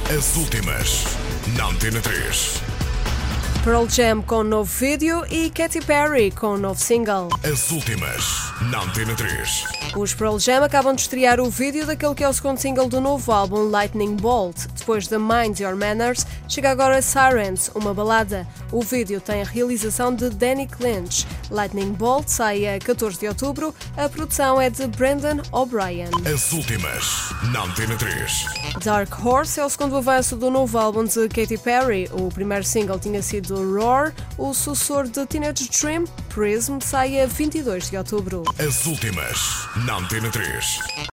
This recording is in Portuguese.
As últimas na Antena 3. Pearl Jam com novo vídeo e Katy Perry com novo single. As últimas na Antena 3. Os Pearl Jam acabam de estrear o vídeo daquele que é o segundo single do novo álbum Lightning Bolt. Depois de Mind Your Manners, chega agora Sirens, uma balada. O vídeo tem a realização de Danny Clinch. Lightning Bolt sai a 14 de outubro. A produção é de Brendan O'Brien. As últimas na Antena 3. Dark Horse é o segundo avanço do novo álbum de Katy Perry. O primeiro single tinha sido Roar. O sucessor de Teenage Dream, Prism, sai a 22 de outubro. As últimas na Antena 3.